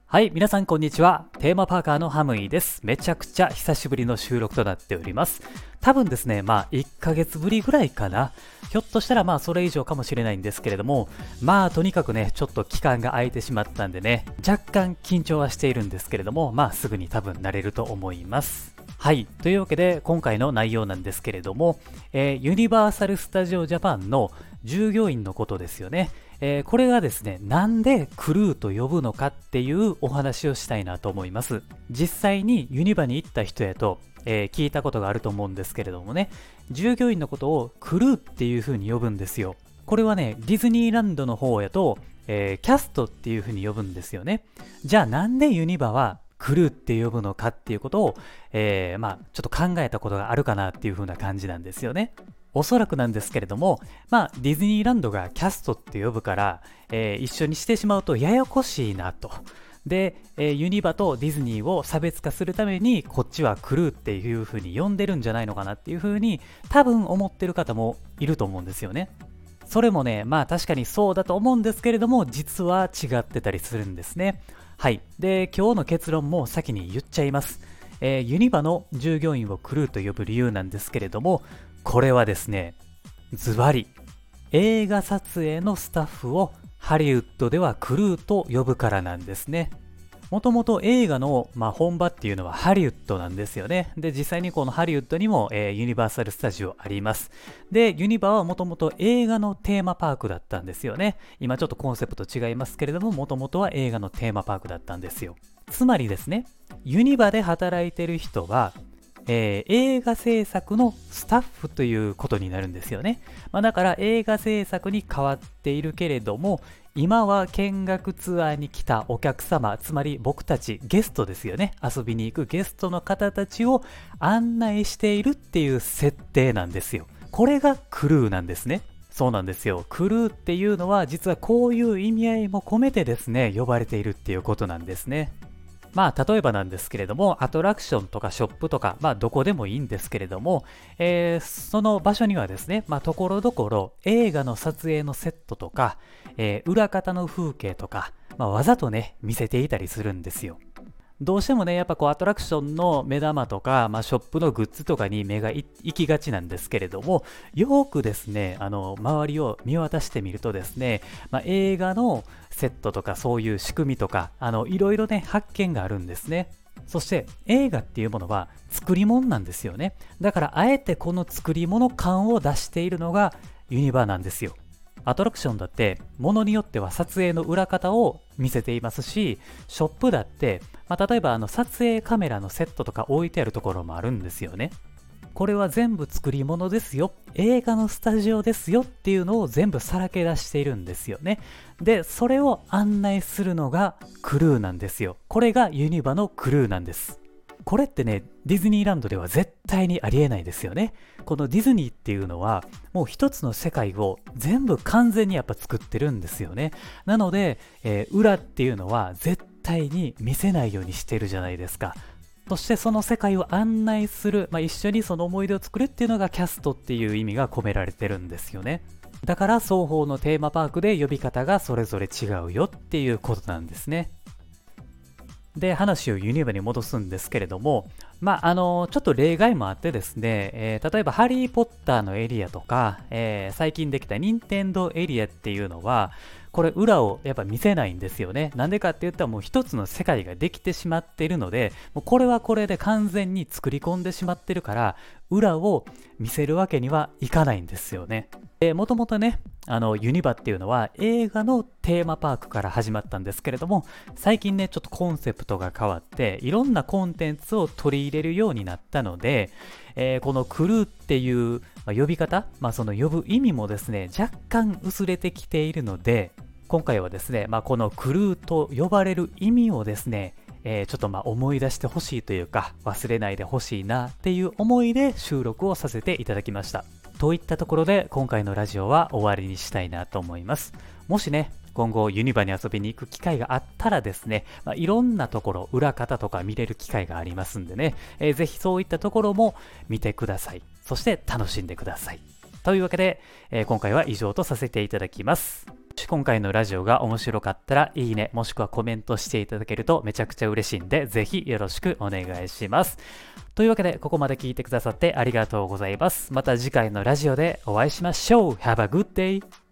はい、皆さんこんにちは。テーマパーカーのハムイです。めちゃくちゃ久しぶりの収録となっております。多分ですね、1ヶ月ぶりぐらいかな。ひょっとしたらそれ以上かもしれないんですけれども、とにかくね、ちょっと期間が空いてしまったんでね、若干緊張はしているんですけれども、すぐに多分慣れると思います。はい、というわけで今回の内容なんですけれども、ユニバーサル・スタジオ・ジャパンの従業員のことですよね。これがですね、なんでクルーと呼ぶのかっていうお話をしたいなと思います。実際にユニバに行った人やと、聞いたことがあると思うんですけれどもね、従業員のことをクルーっていう風に呼ぶんですよ。これはね、ディズニーランドの方やと、キャストっていう風に呼ぶんですよね。じゃあなんでユニバはクルーって呼ぶのかっていうことを、ちょっと考えたことがあるかなっていう風な感じなんですよね。おそらくなんですけれども、ディズニーランドがキャストって呼ぶから、一緒にしてしまうとややこしいなと。で、ユニバとディズニーを差別化するために、こっちはクルーっていう風に呼んでるんじゃないのかなっていう風に、多分思ってる方もいると思うんですよね。それもね、確かにそうだと思うんですけれども、実は違ってたりするんですね。はい。で、今日の結論も先に言っちゃいます。ユニバの従業員をクルーと呼ぶ理由なんですけれども、これはですね、ズバリ映画撮影のスタッフをハリウッドではクルーと呼ぶからなんですね。もともと映画の、本場っていうのはハリウッドなんですよね。で、実際にこのハリウッドにも、ユニバーサル・スタジオあります。で、ユニバはもともと映画のテーマパークだったんですよね。今ちょっとコンセプト違いますけれども、もともとは映画のテーマパークだったんですよ。つまりですね、ユニバで働いてる人は、映画制作のスタッフということになるんですよね。だから映画制作に変わっているけれども、今は見学ツアーに来たお客様、つまり僕たちゲストですよね。遊びに行くゲストの方たちを案内しているっていう設定なんですよ。これがクルーなんですね。そうなんですよ。クルーっていうのは実はこういう意味合いも込めてですね、呼ばれているっていうことなんですね。例えばなんですけれども、アトラクションとかショップとか、どこでもいいんですけれども、その場所にはですね、ところどころ映画の撮影のセットとか、裏方の風景とか、わざとね、見せていたりするんですよ。どうしてもね、やっぱアトラクションの目玉とか、ショップのグッズとかに目が行きがちなんですけれども、よくですね、周りを見渡してみるとですね、映画のセットとかそういう仕組みとか、いろいろね、発見があるんですね。そして映画っていうものは作り物なんですよね。だからあえてこの作り物感を出しているのがユニバなんですよ。アトラクションだって物によっては撮影の裏方を見せていますし、ショップだって、例えば撮影カメラのセットとか置いてあるところもあるんですよね。これは全部作り物ですよ、映画のスタジオですよっていうのを全部さらけ出しているんですよね。で、それを案内するのがクルーなんですよ。これがユニバのクルーなんです。これってね、ディズニーランドでは絶対にありえないですよね。このディズニーっていうのはもう一つの世界を全部完全にやっぱ作ってるんですよね。なので、裏っていうのは絶対に見せないようにしてるじゃないですか。そしてその世界を案内する、一緒にその思い出を作るっていうのがキャストっていう意味が込められてるんですよね。だから双方のテーマパークで呼び方がそれぞれ違うよっていうことなんですね。で、話をユニバに戻すんですけれども、ちょっと例外もあってですね、例えばハリー・ポッターのエリアとか、最近できた任天堂エリアっていうのは、これ裏をやっぱ見せないんですよね。なんでかって言ったらもう一つの世界ができてしまっているので、もうこれはこれで完全に作り込んでしまってるから、裏を見せるわけにはいかないんですよね。もともとね、ユニバっていうのは映画のテーマパークから始まったんですけれども、最近ね、ちょっとコンセプトが変わって、いろんなコンテンツを取り入れるようになったので、このクルーっていう、呼び方、その呼ぶ意味もですね、若干薄れてきているので、今回はですね、このクルーと呼ばれる意味をですね、ちょっと思い出してほしいというか、忘れないでほしいなっていう思いで収録をさせていただきました。といったところで今回のラジオは終わりにしたいなと思います。もしね、今後ユニバに遊びに行く機会があったらですね、いろんなところ、裏方とか見れる機会がありますんでね、ぜひそういったところも見てください。そして楽しんでください。というわけで、今回は以上とさせていただきます。 今回のラジオが面白かったらいいねもしくはコメントしていただけるとめちゃくちゃ嬉しいんで、ぜひよろしくお願いします。というわけでここまで聞いてくださってありがとうございます。また次回のラジオでお会いしましょう。Have a good day!